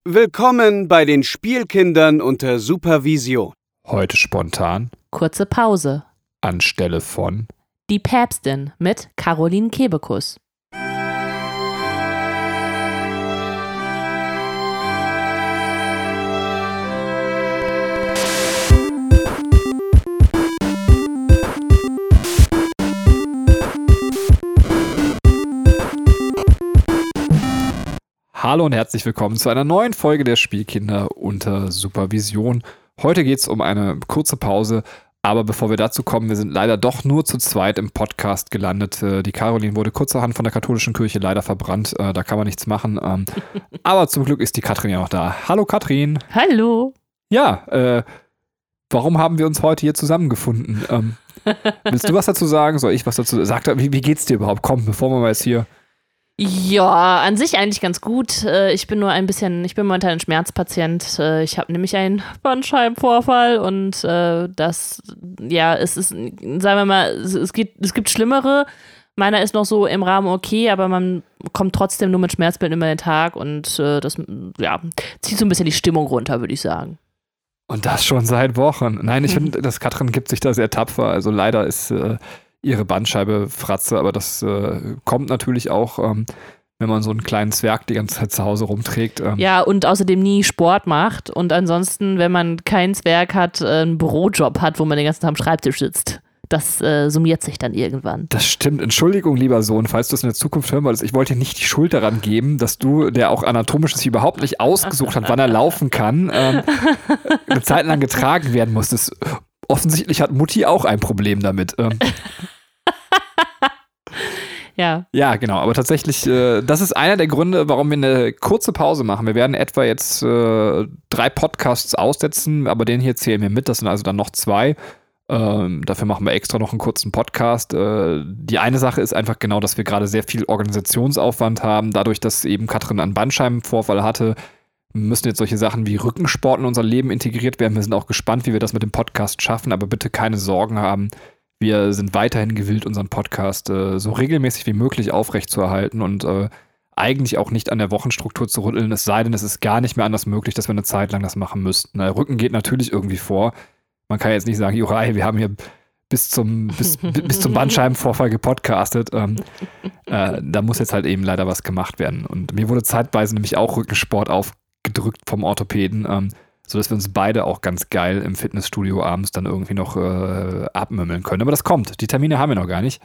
Willkommen bei den Spielkindern unter Supervision. Heute spontan. Kurze Pause. Anstelle von Die Päpstin mit Caroline Kebekus. Hallo und herzlich willkommen zu einer neuen Folge der Spielkinder unter Supervision. Heute geht es um eine kurze Pause, aber bevor wir dazu kommen, wir sind leider doch nur zu zweit im Podcast gelandet. Die Caroline wurde kurzerhand von der katholischen Kirche leider verbrannt, da kann man nichts machen. Aber zum Glück ist die Katrin ja noch da. Hallo Katrin. Hallo. Ja, warum haben wir uns heute hier zusammengefunden? Willst du was dazu sagen? Soll ich was dazu sagen? Wie geht's dir überhaupt? Komm, bevor wir mal jetzt hier... Ja, an sich eigentlich ganz gut. Ich bin momentan ein Schmerzpatient. Ich habe nämlich einen Bandscheibenvorfall und es ist, sagen wir mal, es gibt Schlimmere. Meiner ist noch so im Rahmen okay, aber man kommt trotzdem nur mit Schmerzbildern über den Tag und das zieht so ein bisschen die Stimmung runter, würde ich sagen. Und das schon seit Wochen. Nein, ich finde, das Katrin gibt sich da sehr tapfer. Also leider ist ihre Bandscheibe Fratze, aber das kommt natürlich auch, wenn man so einen kleinen Zwerg die ganze Zeit zu Hause rumträgt. Ja, und außerdem nie Sport macht und ansonsten, wenn man keinen Zwerg hat, einen Bürojob hat, wo man den ganzen Tag am Schreibtisch sitzt. Das summiert sich dann irgendwann. Das stimmt. Entschuldigung, lieber Sohn, falls du es in der Zukunft hören wolltest. Ich wollte dir nicht die Schuld daran geben, dass du, der auch anatomisch sich überhaupt nicht ausgesucht hat, wann er laufen kann, eine Zeit lang getragen werden musstest. Offensichtlich hat Mutti auch ein Problem damit. Ja. Ja, genau. Aber tatsächlich, das ist einer der Gründe, warum wir eine kurze Pause machen. Wir werden etwa jetzt 3 Podcasts aussetzen, aber den hier zählen wir mit. Das sind also dann noch 2. Dafür machen wir extra noch einen kurzen Podcast. Die eine Sache ist einfach genau, dass wir gerade sehr viel Organisationsaufwand haben. Dadurch, dass eben Katrin einen Bandscheibenvorfall hatte, müssen jetzt solche Sachen wie Rückensport in unser Leben integriert werden. Wir sind auch gespannt, wie wir das mit dem Podcast schaffen, aber bitte keine Sorgen haben. Wir sind weiterhin gewillt, unseren Podcast so regelmäßig wie möglich aufrechtzuerhalten und eigentlich auch nicht an der Wochenstruktur zu rütteln, es sei denn, es ist gar nicht mehr anders möglich, dass wir eine Zeit lang das machen müssten. Der Rücken geht natürlich irgendwie vor. Man kann jetzt nicht sagen, Jurei, wir haben hier bis zum Bandscheibenvorfall gepodcastet. Da muss jetzt halt eben leider was gemacht werden. Und mir wurde zeitweise nämlich auch Rückensport aufgedrückt vom Orthopäden, sodass wir uns beide auch ganz geil im Fitnessstudio abends dann irgendwie noch abmümmeln können. Aber das kommt. Die Termine haben wir noch gar nicht.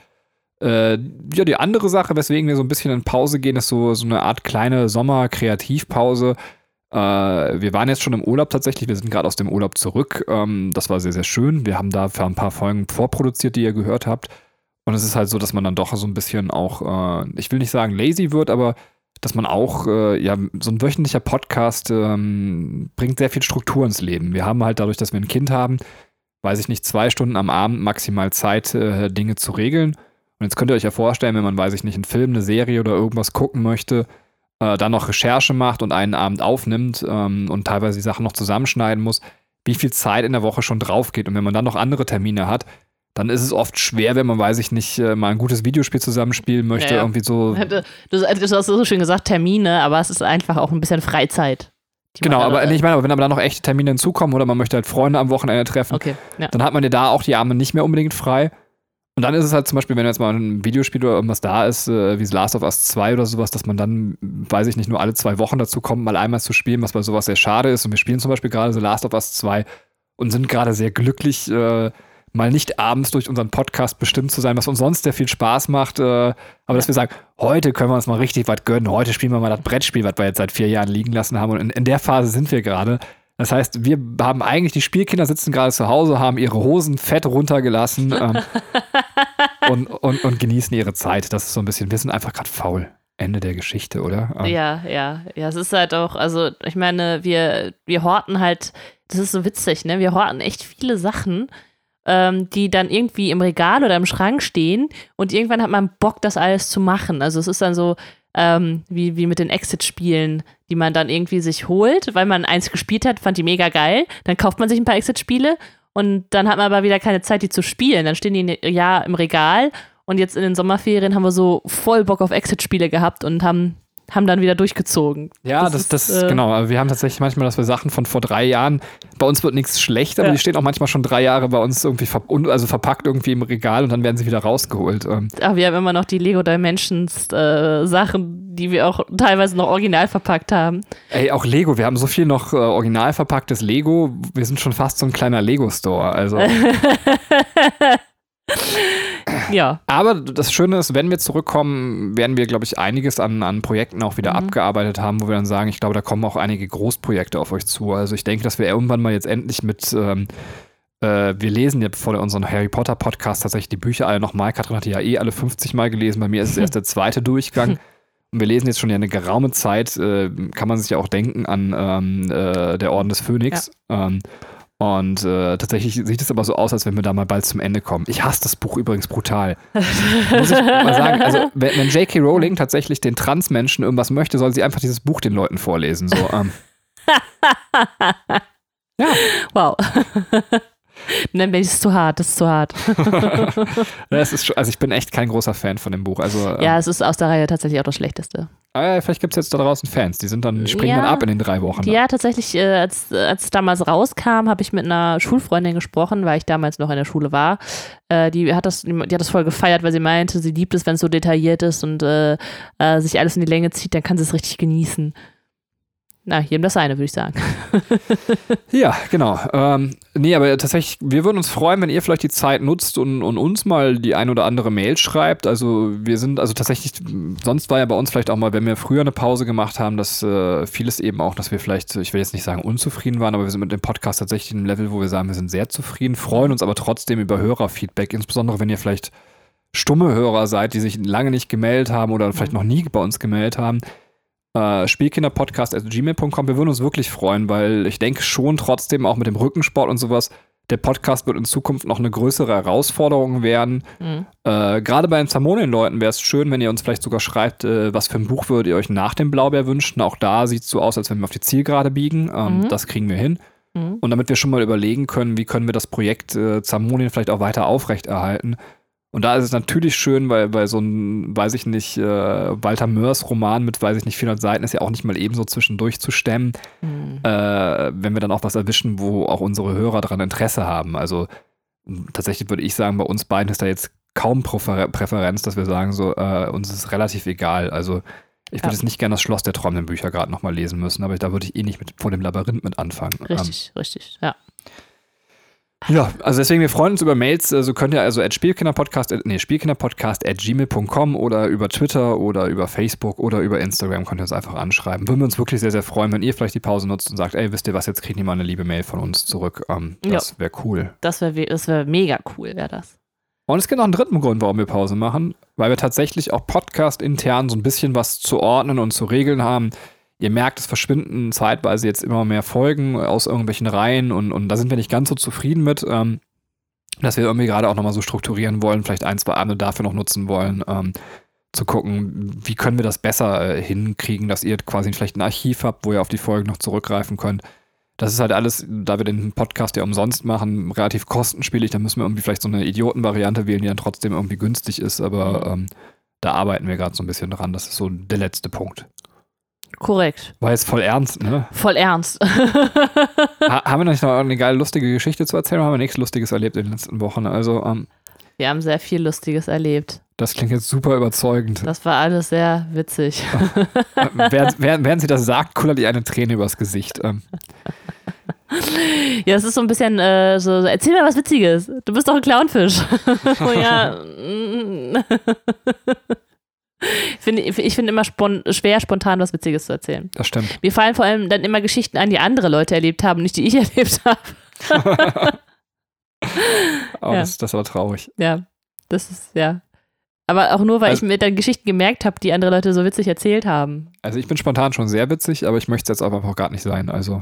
Die andere Sache, weswegen wir so ein bisschen in Pause gehen, ist so eine Art kleine Sommer-Kreativpause. Wir waren jetzt schon im Urlaub tatsächlich. Wir sind gerade aus dem Urlaub zurück. Das war sehr, sehr schön. Wir haben da für ein paar Folgen vorproduziert, die ihr gehört habt. Und es ist halt so, dass man dann doch so ein bisschen auch, ich will nicht sagen lazy wird, aber dass man auch, so ein wöchentlicher Podcast bringt sehr viel Struktur ins Leben. Wir haben halt dadurch, dass wir ein Kind haben, 2 Stunden am Abend maximal Zeit, Dinge zu regeln. Und jetzt könnt ihr euch ja vorstellen, wenn man, einen Film, eine Serie oder irgendwas gucken möchte, dann noch Recherche macht und einen Abend aufnimmt und teilweise die Sachen noch zusammenschneiden muss, wie viel Zeit in der Woche schon drauf geht. Und wenn man dann noch andere Termine hat, dann ist es oft schwer, wenn man, mal ein gutes Videospiel zusammenspielen möchte, ja. Irgendwie so. Du hast so schön gesagt, Termine, aber es ist einfach auch ein bisschen Freizeit. Genau, aber wenn aber dann noch echte Termine hinzukommen oder man möchte halt Freunde am Wochenende treffen, okay, ja. Dann hat man ja da auch die Abende nicht mehr unbedingt frei. Und dann ist es halt zum Beispiel, wenn jetzt mal ein Videospiel oder irgendwas da ist, wie Last of Us 2 oder sowas, dass man dann, nur alle 2 Wochen dazu kommt, mal einmal zu spielen, was bei sowas sehr schade ist. Und wir spielen zum Beispiel gerade so Last of Us 2 und sind gerade sehr glücklich, mal nicht abends durch unseren Podcast bestimmt zu sein, was uns sonst sehr viel Spaß macht. Aber dass wir sagen, heute können wir uns mal richtig was gönnen. Heute spielen wir mal das Brettspiel, was wir jetzt seit 4 Jahren liegen lassen haben. Und in der Phase sind wir gerade. Das heißt, wir haben eigentlich, die Spielkinder sitzen gerade zu Hause, haben ihre Hosen fett runtergelassen und genießen ihre Zeit. Das ist so ein bisschen, wir sind einfach gerade faul. Ende der Geschichte, oder? Ja, es ist halt auch, also ich meine, wir horten halt, das ist so witzig, ne? Wir horten echt viele Sachen, die dann irgendwie im Regal oder im Schrank stehen und irgendwann hat man Bock, das alles zu machen. Also es ist dann so, wie mit den Exit-Spielen, die man dann irgendwie sich holt, weil man eins gespielt hat, fand die mega geil. Dann kauft man sich ein paar Exit-Spiele und dann hat man aber wieder keine Zeit, die zu spielen. Dann stehen die im Regal und jetzt in den Sommerferien haben wir so voll Bock auf Exit-Spiele gehabt und haben haben dann wieder durchgezogen. Ja, genau. Aber wir haben tatsächlich manchmal, dass wir Sachen von vor 3 Jahren, bei uns wird nichts schlecht, aber die stehen auch manchmal schon 3 Jahre bei uns irgendwie verpackt irgendwie im Regal und dann werden sie wieder rausgeholt. Aber wir haben immer noch die Lego Dimensions Sachen, die wir auch teilweise noch original verpackt haben. Ey, auch Lego, wir haben so viel noch original verpacktes Lego, wir sind schon fast so ein kleiner Lego-Store, also. Ja. Aber das Schöne ist, wenn wir zurückkommen, werden wir, glaube ich, einiges an Projekten auch wieder abgearbeitet haben, wo wir dann sagen, ich glaube, da kommen auch einige Großprojekte auf euch zu. Also ich denke, dass wir irgendwann mal jetzt endlich mit, wir lesen ja vor unseren Harry Potter Podcast tatsächlich die Bücher alle nochmal. Katrin hatte ja alle 50 Mal gelesen, bei mir ist es erst der 2. Durchgang. Und wir lesen jetzt schon ja eine geraume Zeit, kann man sich ja auch denken an der Orden des Phönix. Ja. Und tatsächlich sieht es aber so aus, als wenn wir da mal bald zum Ende kommen. Ich hasse das Buch übrigens brutal. Muss ich mal sagen, also wenn J.K. Rowling tatsächlich den Transmenschen irgendwas möchte, soll sie einfach dieses Buch den Leuten vorlesen. So, ja. Wow. Nein, das ist zu hart, Das ist also ich bin echt kein großer Fan von dem Buch. Also, ja, es ist aus der Reihe tatsächlich auch das Schlechteste. Vielleicht gibt es jetzt da draußen Fans, die springen dann ab in den 3 Wochen. Ja, tatsächlich, als es damals rauskam, habe ich mit einer Schulfreundin gesprochen, weil ich damals noch in der Schule war. Die hat das voll gefeiert, weil sie meinte, sie liebt es, wenn es so detailliert ist und sich alles in die Länge zieht, dann kann sie es richtig genießen. Na, jedem das eine, würde ich sagen. Ja, genau. Nee, aber tatsächlich, wir würden uns freuen, wenn ihr vielleicht die Zeit nutzt und uns mal die ein oder andere Mail schreibt. Also wir sind, tatsächlich, sonst war ja bei uns vielleicht auch mal, wenn wir früher eine Pause gemacht haben, dass vieles eben auch, dass wir vielleicht, ich will jetzt nicht sagen unzufrieden waren, aber wir sind mit dem Podcast tatsächlich in einem Level, wo wir sagen, wir sind sehr zufrieden, freuen uns aber trotzdem über Hörerfeedback, insbesondere wenn ihr vielleicht stumme Hörer seid, die sich lange nicht gemeldet haben oder vielleicht noch nie bei uns gemeldet haben. Spielkinderpodcast@gmail.com. Wir würden uns wirklich freuen, weil ich denke schon trotzdem auch mit dem Rückensport und sowas, der Podcast wird in Zukunft noch eine größere Herausforderung werden. Gerade bei den Zamonien-Leuten wäre es schön, wenn ihr uns vielleicht sogar schreibt, was für ein Buch würdet ihr euch nach dem Blaubeer wünschen. Auch da sieht es so aus, als wenn wir auf die Zielgerade biegen. Das kriegen wir hin. Und damit wir schon mal überlegen können, wie können wir das Projekt Zamonien vielleicht auch weiter aufrechterhalten. Und da ist es natürlich schön, weil bei so einem, weiß ich nicht, Walter Mörs Roman mit, weiß ich nicht, 400 Seiten ist ja auch nicht mal ebenso zwischendurch zu stemmen, wenn wir dann auch was erwischen, wo auch unsere Hörer daran Interesse haben. Also tatsächlich würde ich sagen, bei uns beiden ist da jetzt kaum Präferenz, dass wir sagen, so, uns ist relativ egal. Also ich würde jetzt nicht gerne das Schloss der träumenden Bücher gerade nochmal lesen müssen, aber da würde ich nicht vor dem Labyrinth mit anfangen. Richtig, ja. Ja, also deswegen, wir freuen uns über Mails. Also könnt ihr spielkinderpodcast@gmail.com oder über Twitter oder über Facebook oder über Instagram könnt ihr uns einfach anschreiben. Würden wir uns wirklich sehr, sehr freuen, wenn ihr vielleicht die Pause nutzt und sagt, ey, wisst ihr was, jetzt kriegt ihr mal eine liebe Mail von uns zurück. Das wäre cool. Das wäre mega cool, wäre das. Und es gibt noch einen dritten Grund, warum wir Pause machen, weil wir tatsächlich auch Podcast-intern so ein bisschen was zu ordnen und zu regeln haben. Ihr merkt, es verschwinden zeitweise jetzt immer mehr Folgen aus irgendwelchen Reihen und da sind wir nicht ganz so zufrieden mit, dass wir irgendwie gerade auch nochmal so strukturieren wollen, vielleicht 1, 2 Abende dafür noch nutzen wollen, zu gucken, wie können wir das besser hinkriegen, dass ihr quasi vielleicht ein Archiv habt, wo ihr auf die Folgen noch zurückgreifen könnt. Das ist halt alles, da wir den Podcast ja umsonst machen, relativ kostenspielig, da müssen wir irgendwie vielleicht so eine Idiotenvariante wählen, die dann trotzdem irgendwie günstig ist, aber da arbeiten wir gerade so ein bisschen dran. Das ist so der letzte Punkt. Korrekt. War jetzt voll ernst, ne? Voll ernst. Haben wir noch nicht noch eine geile, lustige Geschichte zu erzählen? Haben wir nichts Lustiges erlebt in den letzten Wochen? Also, wir haben sehr viel Lustiges erlebt. Das klingt jetzt super überzeugend. Das war alles sehr witzig. Während sie das sagt, kullert ihr eine Träne übers Gesicht. Ja, es ist so ein bisschen so, erzähl mal was Witziges. Du bist doch ein Clownfisch. So, ja. Ich finde immer schwer, spontan was Witziges zu erzählen. Das stimmt. Mir fallen vor allem dann immer Geschichten ein, die andere Leute erlebt haben, nicht die ich erlebt habe. Das ist aber traurig. Ja, das ist, ja. Aber auch nur, weil ich mir dann Geschichten gemerkt habe, die andere Leute so witzig erzählt haben. Also ich bin spontan schon sehr witzig, aber ich möchte es jetzt einfach auch gar nicht sein, also.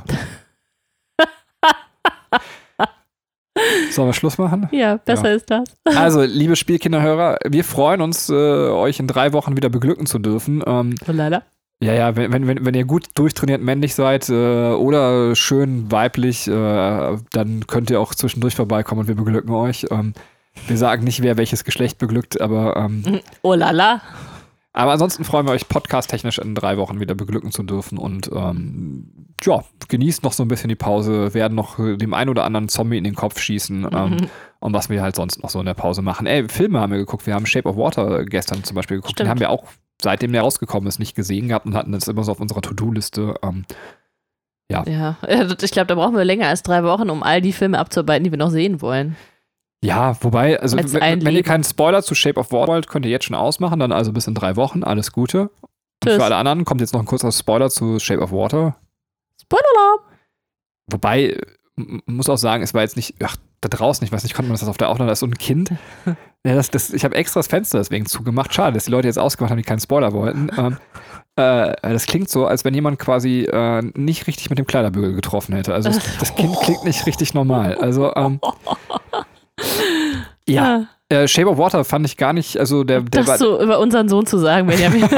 Sollen wir Schluss machen? Ja, besser ist das. Also, liebe Spielkinderhörer, wir freuen uns, euch in 3 Wochen wieder beglücken zu dürfen. Lala. Ja, wenn ihr gut durchtrainiert männlich seid oder schön weiblich, dann könnt ihr auch zwischendurch vorbeikommen und wir beglücken euch. Wir sagen nicht, wer welches Geschlecht beglückt, aber oh lala. Aber ansonsten freuen wir euch podcast-technisch in 3 Wochen wieder beglücken zu dürfen und genießt noch so ein bisschen die Pause, werden noch dem einen oder anderen Zombie in den Kopf schießen und was wir halt sonst noch so in der Pause machen. Filme haben wir geguckt, wir haben Shape of Water gestern zum Beispiel geguckt, den haben wir auch, seitdem der rausgekommen ist, nicht gesehen gehabt und hatten das immer so auf unserer To-Do-Liste. Ja, ich glaube, da brauchen wir länger als 3 Wochen, um all die Filme abzuarbeiten, die wir noch sehen wollen. Ja, wobei, also wenn ihr keinen Spoiler zu Shape of Water wollt, könnt ihr jetzt schon ausmachen, dann also bis in 3 Wochen, alles Gute. Und für alle anderen kommt jetzt noch ein kurzer Spoiler zu Shape of Water. Spoiler-Alarm! Wobei, muss auch sagen, es war jetzt nicht, da draußen, ich weiß nicht, konnte man das auf der Aufnahme, da ist so ein Kind. Ja, ich habe extra das Fenster deswegen zugemacht. Schade, dass die Leute jetzt ausgemacht haben, die keinen Spoiler wollten. Das klingt so, als wenn jemand quasi nicht richtig mit dem Kleiderbügel getroffen hätte. Also das Kind klingt nicht richtig normal. Also, Shape of Water fand ich gar nicht, also der das so über unseren Sohn zu sagen, Benjamin.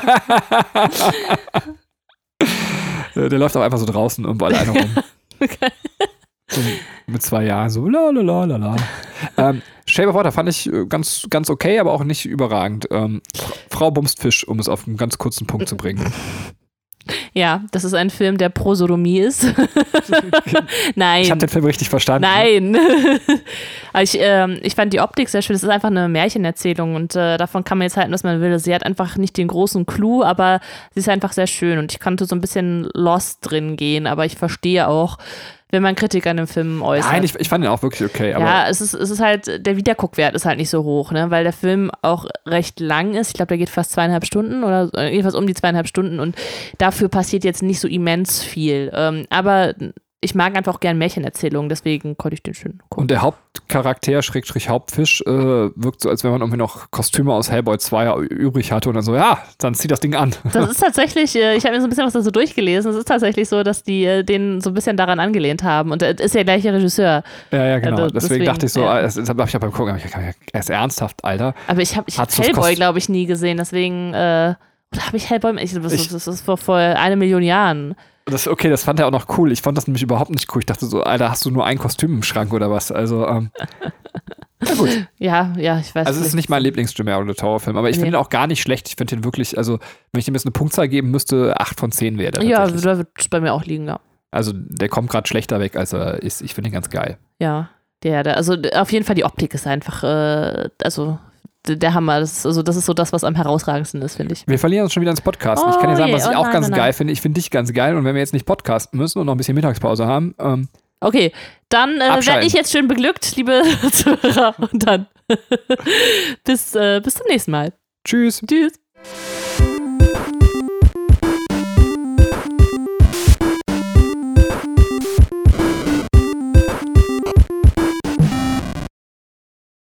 Der läuft auch einfach so draußen irgendwo alleine rum. Okay. So mit 2 Jahren so la la la la la. Shape of Water fand ich ganz, ganz okay, aber auch nicht überragend. Frau bumst Fisch, um es auf einen ganz kurzen Punkt zu bringen. Ja, das ist ein Film, der pro Sodomie ist. Nein. Ich habe den Film richtig verstanden. Nein. Ich fand die Optik sehr schön. Es ist einfach eine Märchenerzählung und davon kann man jetzt halten, was man will. Sie hat einfach nicht den großen Clou, aber sie ist einfach sehr schön und ich konnte so ein bisschen lost drin gehen, aber ich verstehe auch, wenn man Kritik an dem Film äußert. Nein, ich fand den auch wirklich okay. Aber ja, es ist halt, der Wiederguckwert ist halt nicht so hoch, ne, weil der Film auch recht lang ist. Ich glaube, der geht fast 2,5 Stunden oder jedenfalls um die 2,5 Stunden und dafür passiert jetzt nicht so immens viel. Aber ich mag einfach auch gern Märchenerzählungen, deswegen konnte ich den schön gucken. Und der Hauptcharakter, / Hauptfisch, wirkt so, als wenn man irgendwie noch Kostüme aus Hellboy 2 übrig hatte und dann so, ja, dann zieh das Ding an. Das ist tatsächlich, ich habe mir so ein bisschen was dazu durchgelesen, es ist tatsächlich so, dass die den so ein bisschen daran angelehnt haben und er ist ja gleich der Regisseur. Ja, genau. Deswegen dachte ich so, das habe ich ja beim Gucken, er ist ernsthaft, Alter. Aber ich hab Hellboy, glaube ich, nie gesehen, deswegen, oder habe ich Hellboy, das ist vor 1 Million Jahren. Das fand er auch noch cool. Ich fand das nämlich überhaupt nicht cool. Ich dachte so, Alter, hast du nur ein Kostüm im Schrank oder was? Also, na gut. Ja, ich weiß. Also es ist nicht mein Lieblings-Jim the Tower-Film, aber ich finde ihn auch gar nicht schlecht. Ich finde ihn wirklich, also wenn ich ihm jetzt eine Punktzahl geben müsste, 8 von 10 wäre der. Ja, da wird es bei mir auch liegen, ja. Also der kommt gerade schlechter weg, als er ist. Ich finde ihn ganz geil. Ja, also auf jeden Fall die Optik ist einfach, der Hammer. Das ist so das, was am herausragendsten ist, finde ich. Wir verlieren uns schon wieder ins Podcasten. Ich kann dir sagen, was ich auch ganz geil finde. Ich finde dich ganz geil und wenn wir jetzt nicht podcasten müssen und noch ein bisschen Mittagspause haben. Okay, dann werde ich jetzt schön beglückt, liebe Zuhörer. Und dann bis zum nächsten Mal. Tschüss. Tschüss.